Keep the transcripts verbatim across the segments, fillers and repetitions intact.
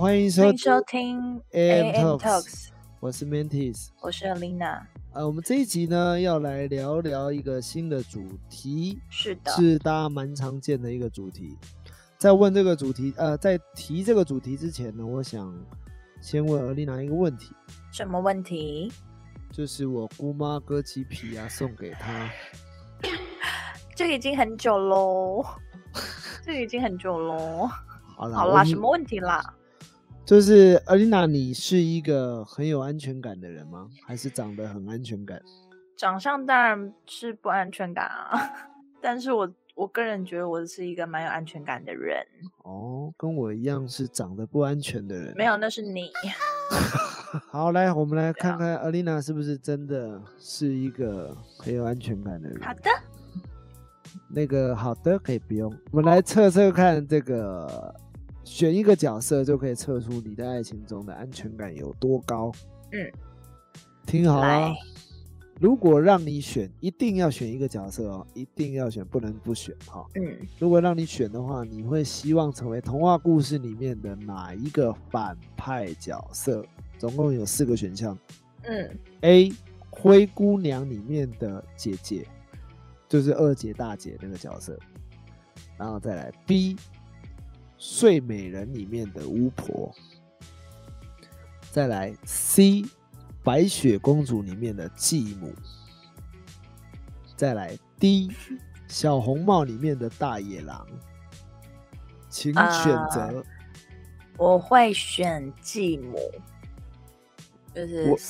欢迎收欢迎收听 A M A M Talks， Talks， 我是 Mantis， 我是 Alina。 呃，我们这一集呢要来聊聊一个新的主题， 是的， 是大家蛮常见的一个主题。在问这个主题，呃，在提这个主题之前呢，我想先问 Alina 一个问题。 什么问题？ 就是我姑妈割鸡皮啊，送给她。 这个已经很久喽，这个已经很久喽。 好啦， 好啦，什么问题啦？ 就是 Alina， 你是一个很有安全感的人吗？还是长得很安全感？ 长相当然是不安全感啊，但是我我个人觉得我是一个蛮有安全感的人。 哦，跟我一样是长得不安全的人。 没有，那是你。 好，来，我们来看看 Alina 是不是真的是一个很有安全感的人。 好的。 那个好的，可以不用。我们来测测看，这个选一个角色就可以测出你在爱情中的安全感有多高。 嗯， 听好了，如果让你选，一定要选一个角色哦，一定要选，不能不选哈、哦。 嗯， 如果让你选的话，你会希望成为童话故事里面的哪一个反派角色？总共有四个选项。 嗯 ，A 灰姑娘里面的姐姐，就是二姐大姐那个角色，然后再来 B 睡美人里面的巫婆，再来 C 白雪公主里面的继母，再来 D 小红帽里面的大野狼，请选择。 呃、我会选继母，就是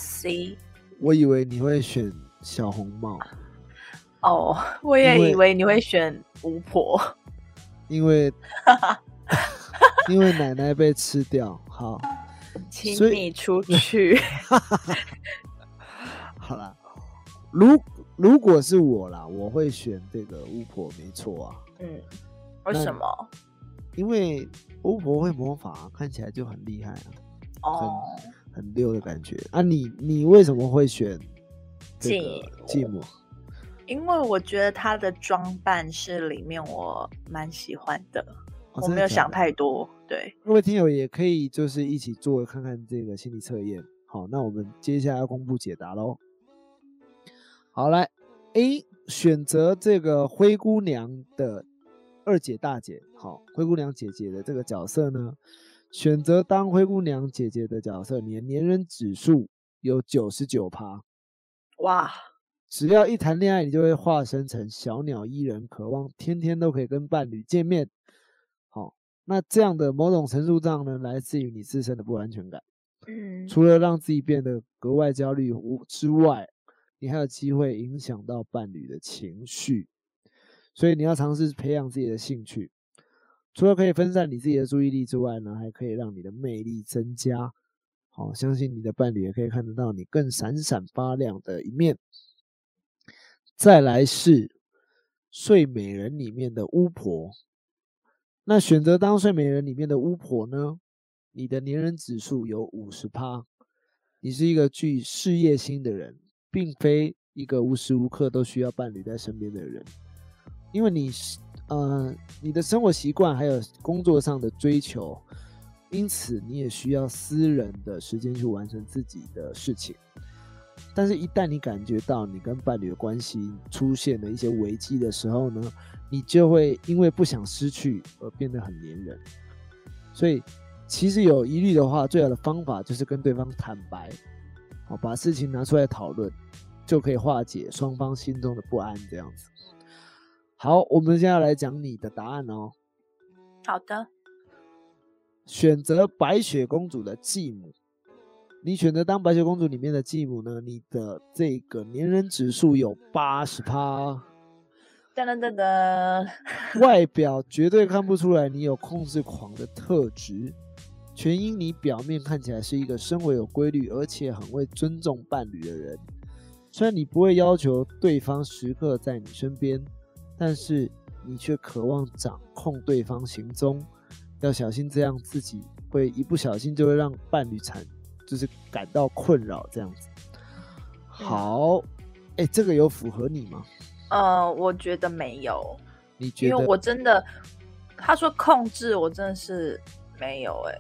C。 我以为你会选小红帽。 哦，我也以为你会选巫婆， 因为因为奶奶被吃掉。好， 请你出去。 好啦，如如果是我啦，我会选这个巫婆，没错啊。 嗯，为什么？ 因为巫婆会魔法，看起来就很厉害啊， 哦， 很很溜的感觉啊。你你为什么会选这个继母？ 因为我觉得她的装扮是里面我蛮喜欢的，哦、我没有想太多。对， 各位听友也可以就是一起做看看这个心理测验。好，那我们接下来要公布解答咯。好，来 A 选择这个灰姑娘的二姐大姐，好，灰姑娘姐姐的这个角色呢，选择当灰姑娘姐姐的角色，你的粘人指数有 百分之九十九。 哇！ 只要一谈恋爱，你就会化身成小鸟依人，渴望天天都可以跟伴侣见面。好，那这样的某种程度上呢，来自于你自身的不安全感。 嗯， 除了让自己变得格外焦虑之外，你还有机会影响到伴侣的情绪。所以你要尝试培养自己的兴趣，除了可以分散你自己的注意力之外呢，还可以让你的魅力增加。好，相信你的伴侣也可以看得到你更闪闪发亮的一面。再来是睡美人里面的巫婆，那选择当睡美人里面的巫婆呢，你的粘人指数有 百分之五十， 你是一个具事业心的人，并非一个无时无刻都需要伴侣在身边的人，因为你呃你的生活习惯还有工作上的追求，因此你也需要私人的时间去完成自己的事情。但是一旦你感觉到你跟伴侣的关系出现了一些危机的时候呢，你就会因为不想失去而变得很黏人。所以其实有疑虑的话，最好的方法就是跟对方坦白，把事情拿出来讨论，就可以化解双方心中的不安，这样子。好，我们现在来讲你的答案哦。 好的。 选择白雪公主的继母，你选择当白雪公主里面的继母呢，你的这个粘人指数有 百分之八十。 噔噔噔噔， 外表绝对看不出来你有控制狂的特质，全因你表面看起来是一个生活有规律而且很会尊重伴侣的人。虽然你不会要求对方时刻在你身边，但是你却渴望掌控对方行踪，要小心，这样自己会一不小心就会让伴侣产就是感到困扰这样子。好，哎、欸，这个有符合你吗？ 呃，我觉得没有。 你觉得？ 因为我真的，他说控制，我真的是没有哎、欸，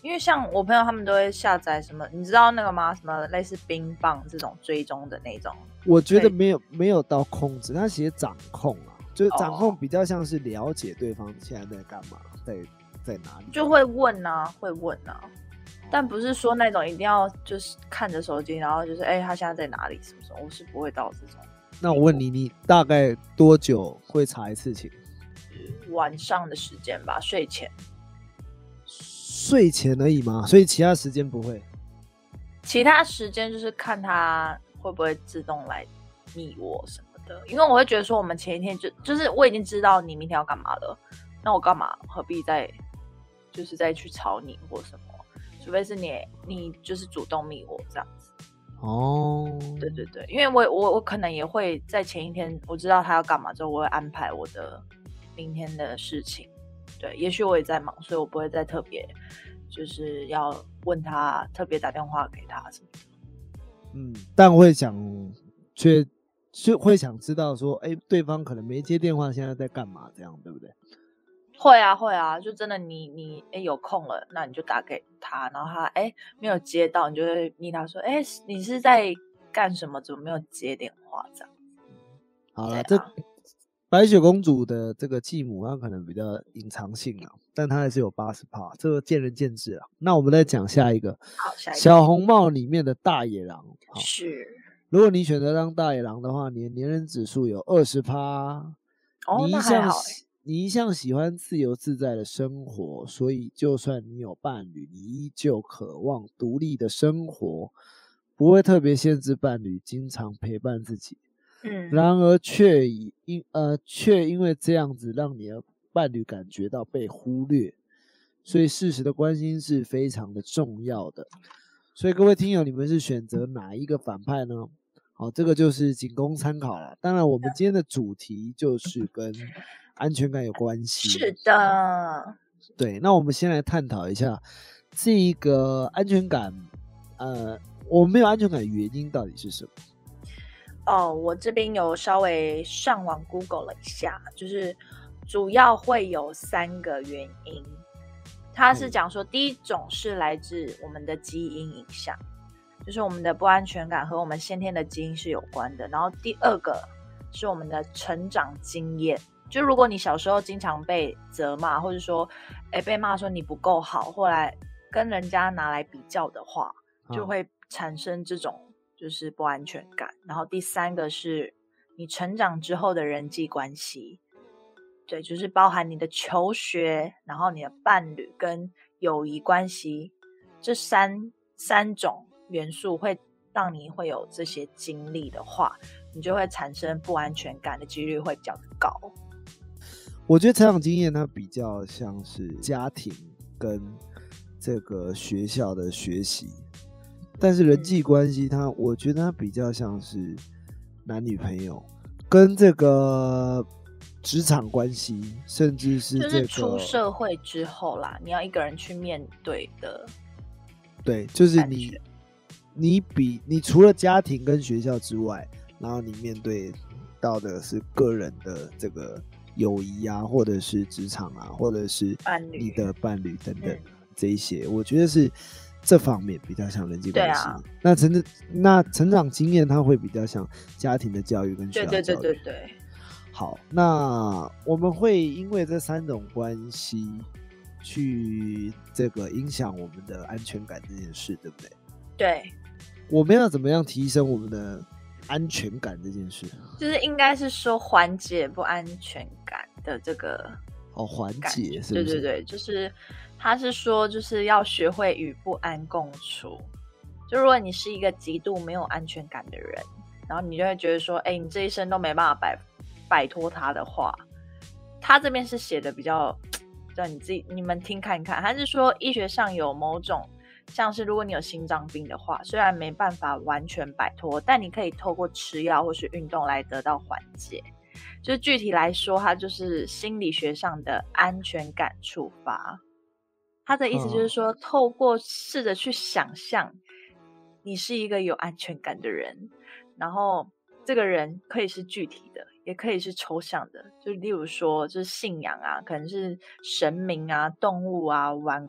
因为像我朋友他们都会下载什么，你知道那个吗？什么类似冰棒这种追踪的那种？ 我觉得没有没有到控制，他写掌控啊，就是掌控比较像是了解对方现在在干嘛，在在哪里， 就会问啊，会问啊，但不是说那种一定要就是看着手机，然后就是哎、欸，他现在在哪里什么什么，我是不会到这种。 那我问你，你大概多久会查一次情？ 晚上的时间吧，睡前。 睡前而已吗？所以其他时间不会？ 其他时间就是看他会不会自动来密我什么的，因为我会觉得说我们前一天就就是我已经知道你明天要干嘛了，那我干嘛何必再就是再去吵你或什么？除非是你你就是主动密我这样子。 哦， 对对对，因为我我我可能也会在前一天我知道他要干嘛之后，我会安排我的明天的事情。对，也许我也在忙，所以我不会再特别就是要问他，特别打电话给他什么的。 嗯，但会想却就会想知道说，哎、欸，对方可能没接电话，现在在干嘛？这样对不对？ 会啊会啊，就真的你你哎、欸、有空了，那你就打给他，然后他哎、欸、没有接到，你就会密他说，哎、欸、你是在干什么？怎么没有接电话？这样。 好了，这白雪公主的这个继母，她可能比较隐藏性啊，但她还是有 百分之八十，这个见仁见智啊。那我们再讲下一个， 好，下一个小红帽里面的大野狼。 是， 如果你选择当大野狼的话，你的粘人指数有 百分之二十。 哦， 你一向、 欸、 你一向喜欢自由自在的生活，所以就算你有伴侣，你依旧渴望独立的生活，不会特别限制伴侣，经常陪伴自己。 嗯， 然而却以因呃却因为这样子让你的伴侣感觉到被忽略，所以适时的关心是非常的重要的。所以各位听友，你们是选择哪一个反派呢？好，这个就是仅供参考了。当然，我们今天的主题就是跟安全感有关系。 是的， 对。那我们先来探讨一下这个安全感，呃，我没有安全感的原因到底是什么？ 哦，我这边有稍微上网 Google 了一下，就是主要会有三个原因。它是讲说，第一种是来自我们的基因影响，就是我们的不安全感和我们先天的基因是有关的。然后第二个是我们的成长经验，就如果你小时候经常被责骂，或者说，哎，被骂说你不够好，后来跟人家拿来比较的话，就会产生这种就是不安全感。然后第三个是你成长之后的人际关系，对，就是包含你的求学，然后你的伴侣跟友谊关系，这三三种元素会让你会有这些经历的话，你就会产生不安全感的几率会比较高。 我觉得成长经验它比较像是家庭跟这个学校的学习，但是人际关系它，我觉得它比较像是男女朋友跟这个职场关系，甚至是这个就是出社会之后啦，你要一个人去面对的。 对，就是你你比你除了家庭跟学校之外，然后你面对到的是个人的这个友谊啊，或者是职场啊，或者是你的伴侣等等、嗯、这一些，我觉得是这方面比较像人际关系。啊、那成那成长经验它会比较像家庭的教育跟学校教育。 对对对对对。 好，那我们会因为这三种关系去这个影响我们的安全感这件事，对不对？ 对。 我们要怎么样提升我们的安全感这件事？ 就是应该是说缓解不安全感的这个哦，缓解是不是？ 对对对，就是他是说就是要学会与不安共处。就如果你是一个极度没有安全感的人，然后你就会觉得说，哎，你这一生都没办法摆摆脱他的话，他这边是写的比较，对，你自己你们听看看，他是说医学上有某种像是如果你有心脏病的话，虽然没办法完全摆脱，但你可以透过吃药或是运动来得到缓解。就是具体来说，它就是心理学上的安全感触发。他的意思就是说，透过试着去想象你是一个有安全感的人，然后这个人可以是具体的，也可以是抽象的，就例如说就是信仰啊，可能是神明啊、动物啊、玩偶，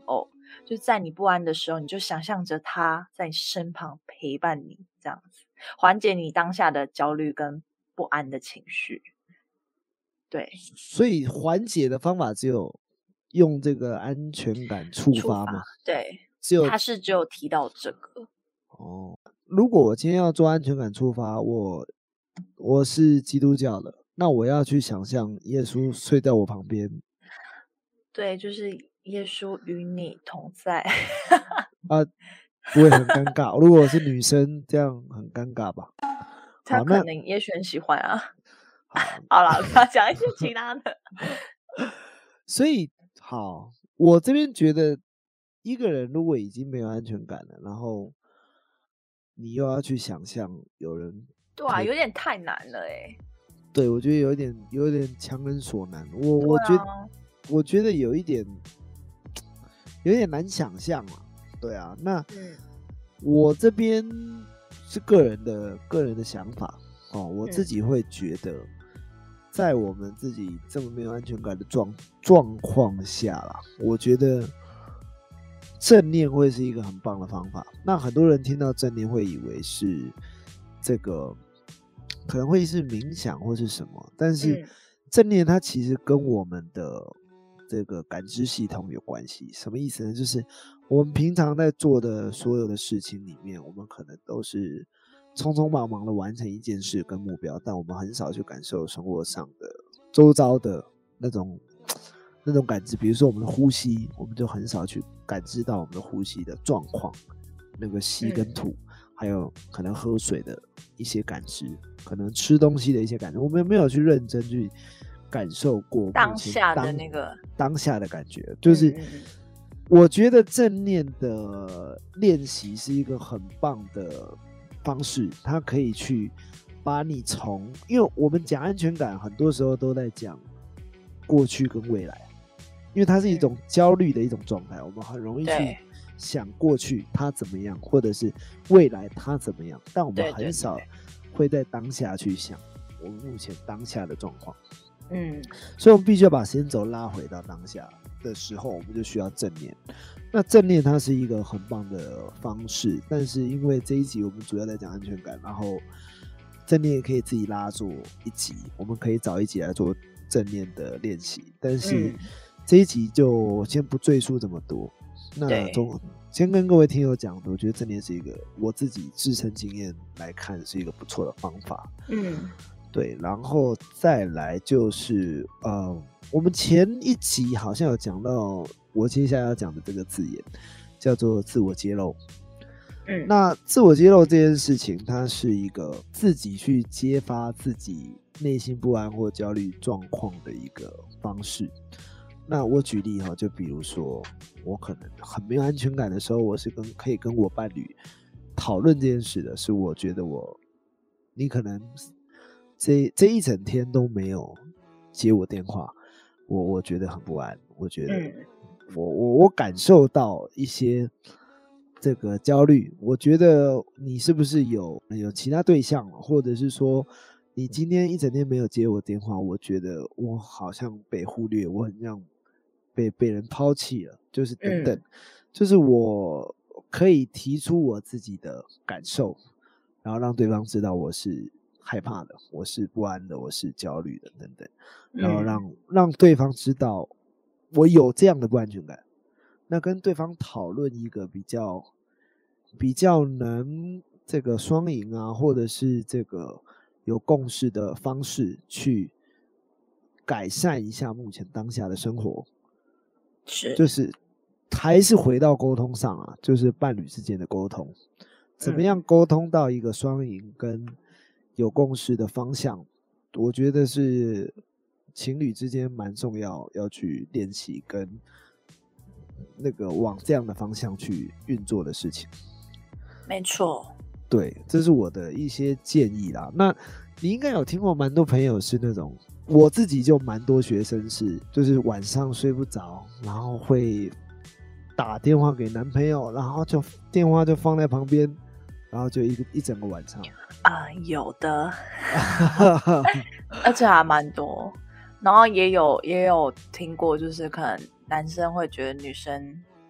就在你不安的时候，你就想象着他在你身旁陪伴你，这样子缓解你当下的焦虑跟不安的情绪。对， 所以缓解的方法只有用这个安全感触发吗？ 对， 只有他是只有提到这个。 哦，如果我今天要做安全感触发，我我是基督教的，那我要去想象耶稣睡在我旁边。 对，就是耶稣与你同在。 啊，不会很尴尬。如果我是女生，这样很尴尬吧？ 他可能也许很喜欢啊。好啦，不要讲一些其他的。 所以好，我这边觉得一个人如果已经没有安全感了，然后你又要去想象有人， 对啊，有点太难了哎、欸。 对，我觉得有一点有点强人所难。我、啊、我觉得我觉得有一点有一点难想象啊。对啊，那、嗯、我这边是个人的个人的想法哦，我自己会觉得，在我们自己这么没有安全感的状状况下啦，我觉得正念会是一个很棒的方法。那很多人听到正念会以为是这个可能会是冥想或是什么，但是正念它其实跟我们的这个感知系统有关系。什么意思呢？就是我们平常在做的所有的事情里面，我们可能都是匆匆忙忙的完成一件事跟目标，但我们很少去感受生活上的周遭的那种那种感知。比如说我们的呼吸，我们就很少去感知到我们的呼吸的状况，那个吸跟吐、嗯、还有可能喝水的一些感知，可能吃东西的一些感知，我们没有去认真去感受过当下的那个当下的感觉。就是我觉得正念的练习是一个很棒的方式，它可以去把你从，因为我们讲安全感很多时候都在讲过去跟未来，因为它是一种焦虑的一种状态，我们很容易去想过去它怎么样，或者是未来它怎么样，但我们很少会在当下去想我们目前当下的状况。嗯，所以我们必须要把时间轴拉回到当下的时候，我们就需要正念。那正念它是一个很棒的方式，但是因为这一集我们主要在讲安全感，然后正念也可以自己拉做一集，我们可以找一集来做正念的练习，但是这一集就先不赘述这么多。那总先跟各位听友讲，我觉得正念是一个我自己自身经验来看是一个不错的方法。嗯，对，然后再来就是呃，我们前一集好像有讲到我接下来要讲的这个字眼叫做自我揭露。嗯，那自我揭露这件事情，它是一个自己去揭发自己内心不安或焦虑状况的一个方式。那我举例哈，就比如说我可能很没有安全感的时候，我是跟可以跟我伴侣讨论这件事的，是我觉得我你可能这这一整天都没有接我电话，我我觉得很不安，我觉得我我我感受到一些这个焦虑，我觉得你是不是有有其他对象，或者是说你今天一整天没有接我电话，我觉得我好像被忽略，我很像被被人抛弃了，就是等等、嗯、就是我可以提出我自己的感受，然后让对方知道我是害怕的，我是不安的，我是焦虑的等等，然后让、嗯、让对方知道我有这样的不安全感，那跟对方讨论一个比较比较能这个双赢啊，或者是这个有共识的方式去改善一下目前当下的生活，是就是还是回到沟通上啊，就是伴侣之间的沟通，怎么样沟通到一个双赢跟有共识的方向，我觉得是情侣之间蛮重要要去练习跟那个往这样的方向去运作的事情。 没错， 对，这是我的一些建议啦。那你应该有听过蛮多朋友是那种，我自己就蛮多学生是就是晚上睡不着，然后会打电话给男朋友，然后就电话就放在旁边，然后就一个一整个晚上啊、呃，有的而且还蛮多，然后也有也有听过，就是可能男生会觉得女生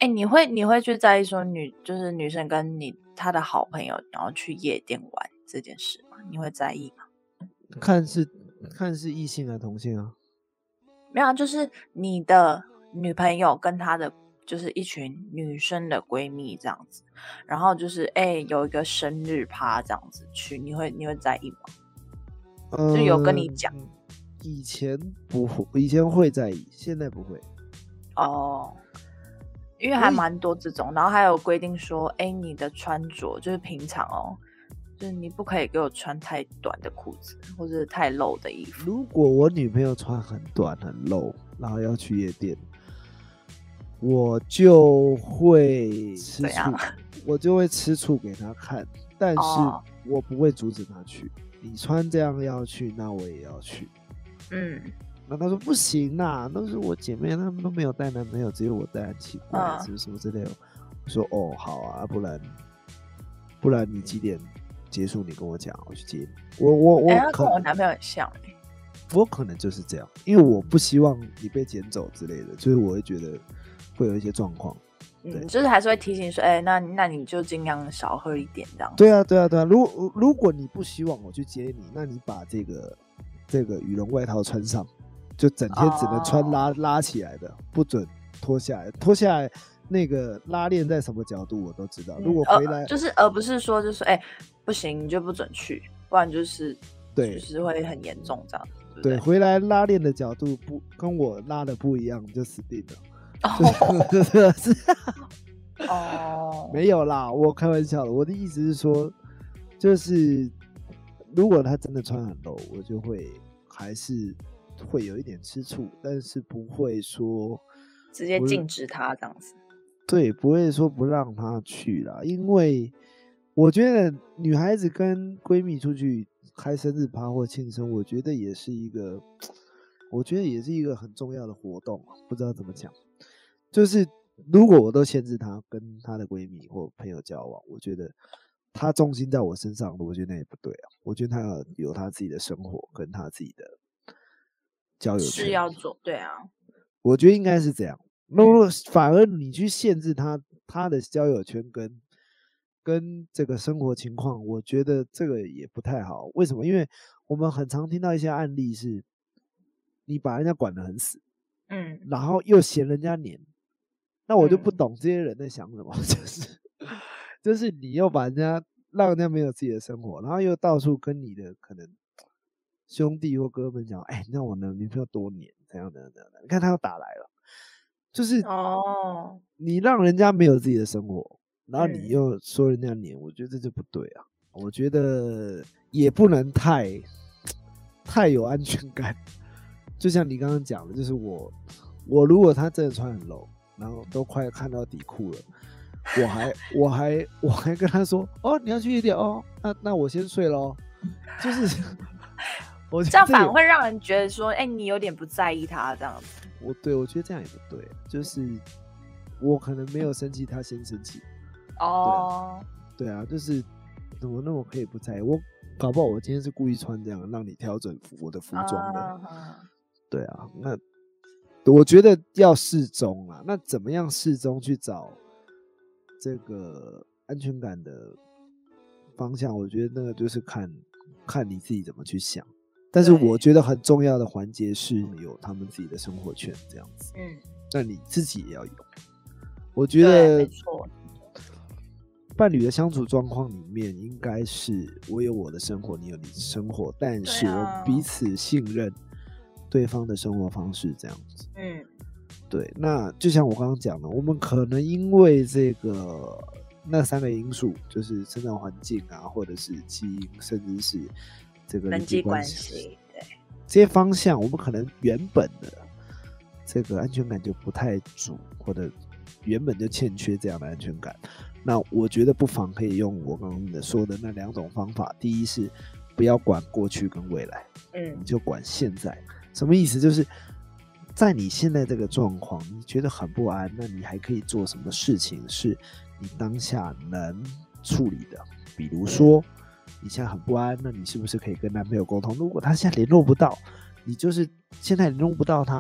哎、你会你会去在意说女就是女生跟你她的好朋友然后去夜店玩这件事吗？你会在意吗？ 看是看是异性还是同性啊？ 没有啊，就是你的女朋友跟她的就是一群女生的闺蜜这样子，然后就是哎、有一个生日趴这样子去，你会你会在意吗？就有跟你讲嗯以前不会，以前会在意，现在不会。 哦，因为我以还蛮多这种，然后还有规定说，哎，你的穿着就是平常哦，就是你不可以给我穿太短的裤子或者太露的衣服。 如果我女朋友穿很短很露，然后要去夜店，我就会吃醋怎样， 我就会吃醋给她看，但是哦， 我不会阻止她去。你穿这样要去，那我也要去。 嗯那她说不行啦，那是我姐妹，她们都没有带男朋友，只有我带，很奇怪， 嗯什么什么之类的。我说哦，好啊，不然不然你几点结束？你跟我讲，我去接你。我我哎，他我可跟我男朋友很像哎。 我可能就是这样，因为我不希望你被捡走之类的，所以我会觉得会有一些状况。对嗯，就是还是会提醒说，哎、那那你就尽量少喝一点这样。 对啊，对啊，对啊。如果如果你不希望我去接你，那你把这个这个羽绒外套穿上，就整天只能穿拉、 哦拉起来的，不准脱下来。脱下来那个拉链在什么角度我都知道。如果嗯回来、 呃、就是而不是说就是哎、不行你就不准去，不然就是对就是会很严重这样。对不对对， 回来拉链的角度不跟我拉的不一样，就死定了。 哦是哦， 没有啦，我开玩笑的。我的意思是说，就是如果他真的穿很露，我就会还是会有一点吃醋，但是不会说直接不是禁止他这样子。 对，不会说不让他去啦。因为我觉得女孩子跟闺蜜出去开生日趴或庆生，我觉得也是一个，我觉得也是一个很重要的活动，不知道怎么讲。就是如果我都限制她跟她的闺蜜或朋友交往，我觉得她重心在我身上，我觉得那也不对啊。我觉得她要有她自己的生活跟她自己的交友是圈， 要做，对啊， 我觉得应该是这样。如果反而你去限制她她的交友圈跟跟这个生活情况，我觉得这个也不太好。为什么？因为我们很常听到一些案例是，你把人家管得很死， 嗯， 然后又嫌人家黏，那我就不嗯懂这些人在想什么，就是就是你又把人家让人家没有自己的生活，然后又到处跟你的可能兄弟或哥们讲，哎，那我的女朋友多黏，怎样怎样怎样，你看他又打来了，就是哦， 你让人家没有自己的生活，然后你嗯又说人家黏，我觉得这就不对啊。我觉得也不能太太有安全感，就像你刚刚讲的，就是我我如果他真的穿很露，然后都快看到底裤了，我还我还我还跟他说，哦，你要去夜店哦，那那我先睡咯，就是我这样反而而会让人觉得说，哎、你有点不在意他这样子。 我对我觉得这样也不对，就是我可能没有生气，他先生气。 哦， 对啊，就是怎么那么可以不在意？我搞不好我今天是故意穿这样让你调整我的服装的。 啊对啊，那我觉得要适中啊。那怎么样适中去找这个安全感的方向？我觉得那个就是看看你自己怎么去想。但是对我觉得很重要的环节是有他们自己的生活圈这样子， 嗯， 那你自己也要有。我觉对， 得没错， 伴侣的相处状况里面，应该是我有我的生活，你有你的生活，但是我啊们彼此信任对方的生活方式这样子。 嗯对，那就像我刚刚讲的，我们可能因为这个那三个因素，就是生长环境啊，或者是基因，甚至是这个人际关系， 系，对， 这些方向，我们可能原本的这个安全感就不太足，或者原本就欠缺这样的安全感。那我觉得不妨可以用我刚刚说的那两种方法。第一是不要管过去跟未来， 嗯你就管现在。什么意思？就是在你现在这个状况，你觉得很不安，那你还可以做什么事情是你当下能处理的？比如说，你现在很不安，那你是不是可以跟男朋友沟通？如果他现在联络不到，你就是现在联络不到他，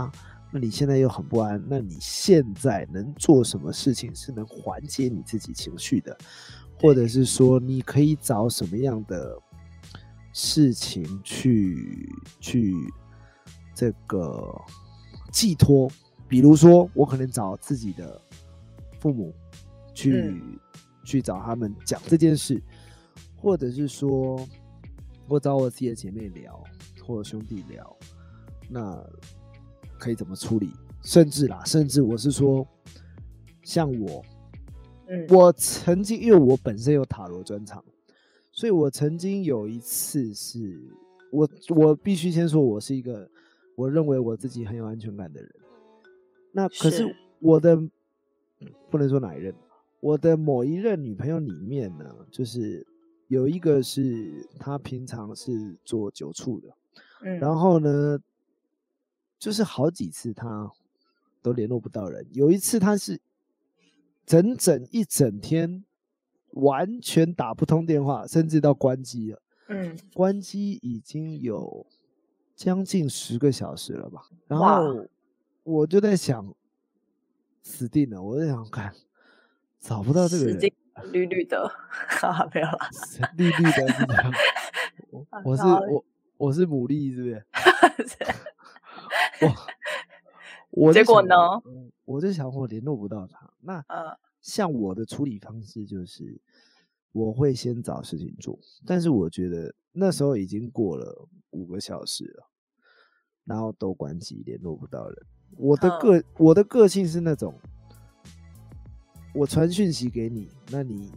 那你现在又很不安，那你现在能做什么事情是能缓解你自己情绪的，或者是说你可以找什么样的事情去去这个寄托，比如说我可能找自己的父母去、嗯、去找他们讲这件事，或者是说我找我自己的姐妹聊，或者兄弟聊，那可以怎么处理？甚至啦，甚至我是说，像我，嗯，我曾经因为我本身有塔罗专长，所以我曾经有一次是我我必须先说，我是一个我认为我自己很有安全感的人。那可是我的不能说哪一任，我的某一任女朋友里面呢，就是有一个是她平常是做酒促的，嗯，然后呢，就是好几次她都联络不到人，有一次她是整整一整天完全打不通电话，甚至到关机了。嗯，关机已经有将近十个小时了吧。然后我就在想，死定了！我在想看，找不到这个人， 绿绿的，哈，没有啦， 绿绿的是这样。我, 我是我我是牡蛎，是不是？我我结果呢？ 我就想我联络不到他。那、呃、像我的处理方式就是，我会先找事情做，但是我觉得那时候已经过了五个小时了，然后都关机，联络不到人。我的个、嗯、我的个性是那种，我传讯息给你，那你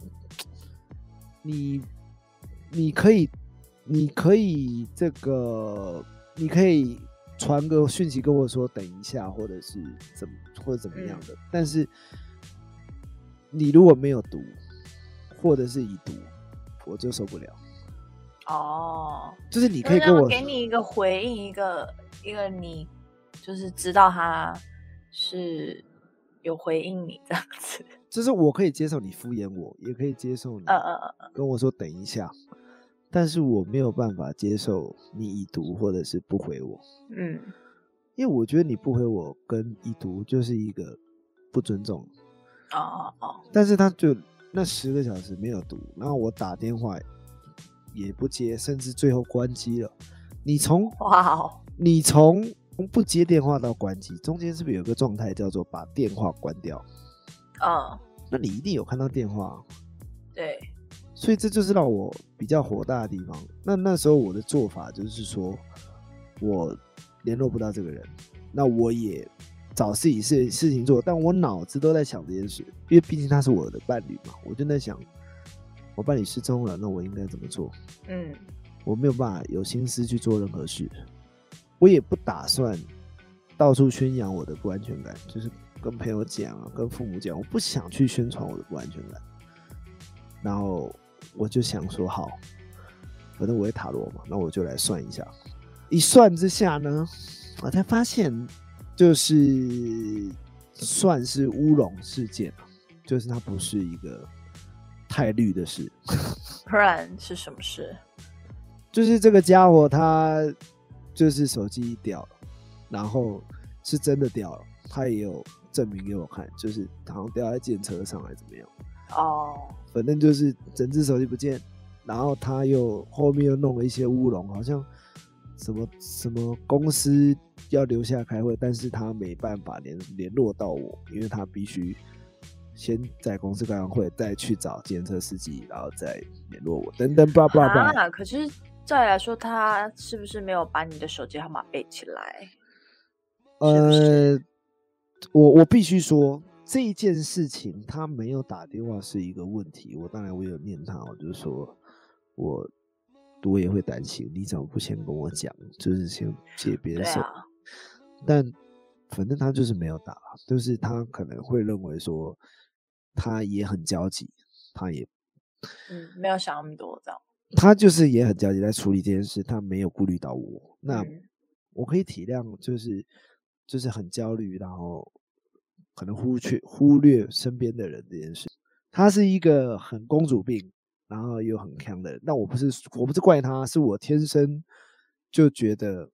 你你可以你可以这个你可以传个讯息跟我说等一下，或者是怎么或者怎么样的，嗯、但是你如果没有读，或者是已读，我就受不了。 哦， 就是你可以跟我给你一个回应，一个一个你就是知道他是有回应你这样子。 就是我可以接受你敷衍我，也可以接受你跟我说等一下，嗯嗯嗯，但是我没有办法接受你已读或者是不回我。嗯，因为我觉得你不回我跟已读就是一个不尊重。 哦哦哦。 但是他就那十个小时没有读，然后我打电话也不接，甚至最后关机了。你从哇哦， 你从不接电话到关机，中间是不是有个状态叫做把电话关掉？嗯，那你一定有看到电话。 对， 所以这就是让我比较火大的地方。那那时候我的做法就是说，我联络不到这个人，那我也找自己事事情做，但我脑子都在想这件事，因为毕竟他是我的伴侣嘛，我就在想，我伴侣失踪了，那我应该怎么做？嗯，我没有办法有心思去做任何事，我也不打算到处宣扬我的不安全感，就是跟朋友讲啊，跟父母讲，我不想去宣传我的不安全感。然后我就想说，好，反正我会塔罗嘛，那我就来算一下。一算之下呢，我才发现，就是算是乌龙事件，就是它不是一个太绿的事。 不然是什么事？ 就是这个家伙他就是手机掉了，然后是真的掉了，他也有证明给我看，就是好像掉在电车上还怎么样。哦，反正就是整只手机不见，然后他又后面又弄了一些乌龙，好像什么什么公司要留下开会，但是他没办法联联络到我，因为他必须先在公司开完会，再去找计程车司机，然后再联络我，等等，blah blah blah。 啊，可是照理来说，他是不是没有把你的手机号码背起来？ 呃，是是我我必须说。这一件事情他没有打电话是一个问题，我当然我有念他，我就说我我也会担心，你怎么不先跟我讲，就是先借别人手、啊、但反正他就是没有打，就是他可能会认为说他也很焦急，他也嗯没有想那么多这样， 他就是也很焦急在处理这件事，他没有顾虑到我，那我可以体谅，就是就是很焦虑，然后可能忽略忽略身边的人这件事。他是一个很公主病，然后又很强的人。但我不是我不是怪他，是我天生就觉得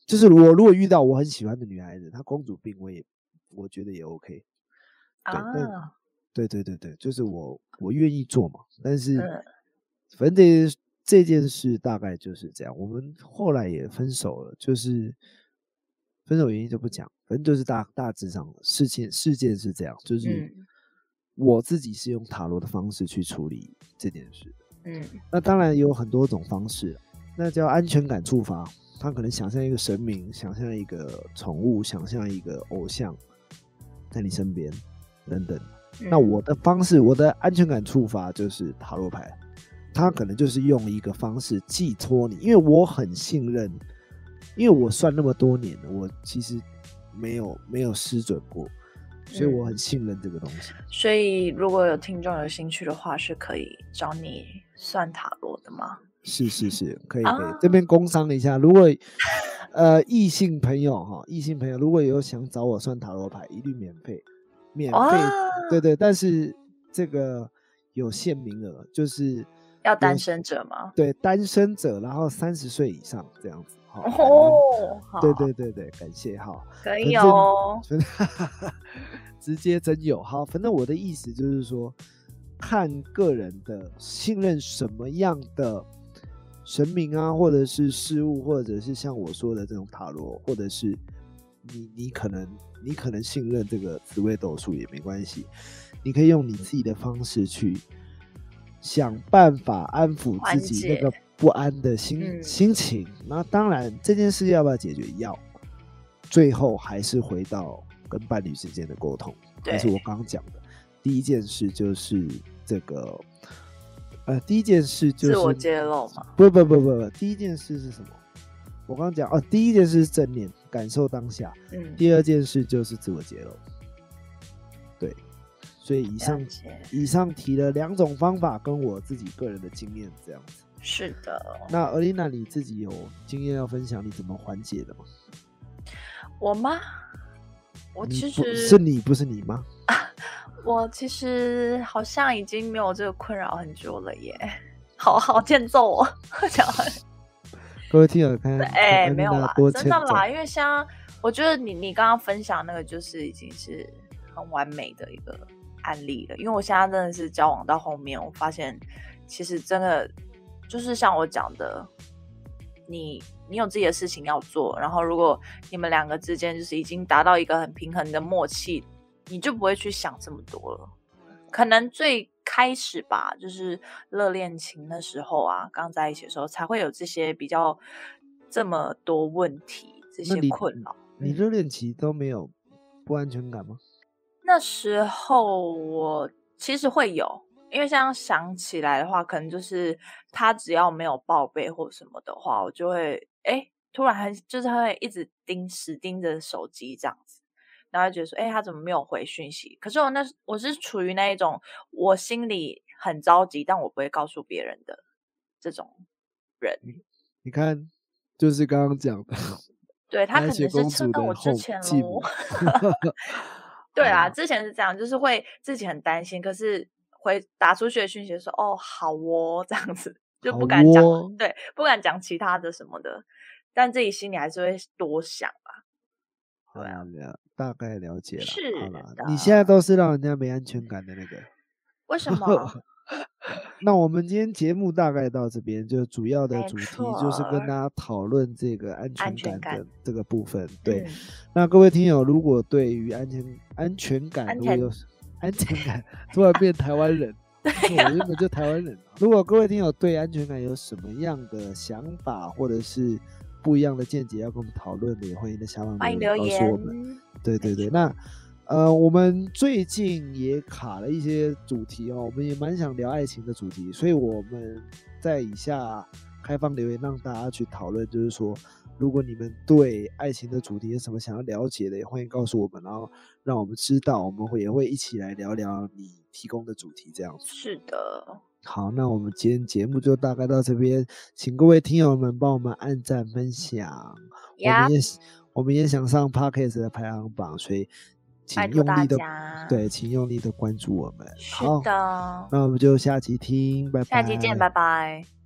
就是我如果遇到我很喜欢的女孩子，她公主病，我也我觉得也 OK。对， 啊， 对对对对，就是我我愿意做嘛。但是， 嗯反正这这件事大概就是这样。我们后来也分手了，就是分手原因就不讲，反正就是大大致上事情事件是这样，就是嗯我自己是用塔罗的方式去处理这件事。 嗯那当然有很多种方式，那叫安全感触发。他可能想象一个神明，想象一个宠物，想象一个偶像在你身边，等等。 嗯那我的方式，我的安全感触发就是塔罗牌，他可能就是用一个方式寄托你，因为我很信任，因为我算那么多年了，我其实没有没有失准过，所以我很信任这个东西。 所以如果有听众有兴趣的话，是可以找你算塔罗的吗？ 是是是，可以可以， 啊这边工商一下，如果呃异性朋友哈，异性朋友如果有想找我算塔罗牌，一律免费，免费， 哇， 对对，但是这个有限名额，就是要单身者吗？ 对单身者，然后三十岁以上这样子。好， 哦，好， 对对对对，感谢哈， 可以哦。 反正直接真有好，反正我的意思就是说，看个人的信任什么样的神明啊，或者是事物，或者是像我说的这种塔罗，或者是你你可能你可能信任这个紫微斗数也没关系，你可以用你自己的方式去想办法安抚自己那个不安的心、 嗯、 心情。那当然这件事要不要解决，要最后还是回到跟伴侣之间的沟通，还是我刚刚讲的第一件事就是这个。呃，第一件事就是自我揭露嘛？ 不不不不，第一件事是什么？我刚刚讲哦，第一件事是正念，感受当下。嗯。第二件事就是自我揭露。对，所以以上以上提了两种方法，跟我自己个人的经验这样子。 是的。 那尔丽娜，你自己有经验要分享，你怎么缓解的吗？ 我吗？我其实是你，不是你吗？ 我其实好像已经没有这个困扰很久了耶，好好欠揍哦！讲各位听友看， 哎、欸，没有啦，真的啦，因为像我觉得你你刚刚分享那个，就是已经是很完美的一个案例了。因为我现在真的是交往到后面，我发现其实真的就是像我讲的，你你有自己的事情要做，然后如果你们两个之间就是已经达到一个很平衡的默契。你就不会去想这么多了，可能最开始吧，就是热恋情的时候啊，刚在一起的时候才会有这些比较这么多问题，这些困扰。 你热恋期都没有不安全感吗？ 那时候我其实会有，因为像想起来的话，可能就是他只要没有报备或什么的话，我就会哎，突然很就是会一直盯死盯着手机这样子。然后就觉得说，哎、欸，他怎么没有回讯息？可是我那我是处于那一种，我心里很着急，但我不会告诉别人的这种人。 你, 你看，就是刚刚讲的， 对他可能是趁到我之前喽。对啊，之前是这样，就是会自己很担心，可是回打出去的讯息说，哦，好哦，这样子就不敢讲， 哦、 对，不敢讲其他的什么的，但自己心里还是会多想吧。对啊， 大概了解了。 是的， 你现在都是让人家没安全感的那个。 为什么？ 那我们今天节目大概到这边，就主要的主题就是跟大家讨论这个安全感的这个部分。对、嗯，那各位听友，如果对于安全安全感如果有安全感，突然变台湾人，我原本就台湾人。如果各位听友对安全感有什么样的想法，或者是不一样的见解要跟我们讨论的，也欢迎在下方留言告诉我们。对对对，那呃，我们最近也卡了一些主题哦，我们也蛮想聊爱情的主题，所以我们在以下开放留言让大家去讨论，就是说，如果你们对爱情的主题有什么想要了解的，也欢迎告诉我们，然后让我们知道，我们会也会一起来聊聊你提供的主题，这样子。 是的。 好，那我们今天节目就大概到这边，请各位听友们帮我们按赞分享。Yeah. 我们也我们也想上 Podcast 的排行榜，所以请用力的对，请用力的关注我们。 是的， 那我们就下期听，拜拜。 下期见，拜拜。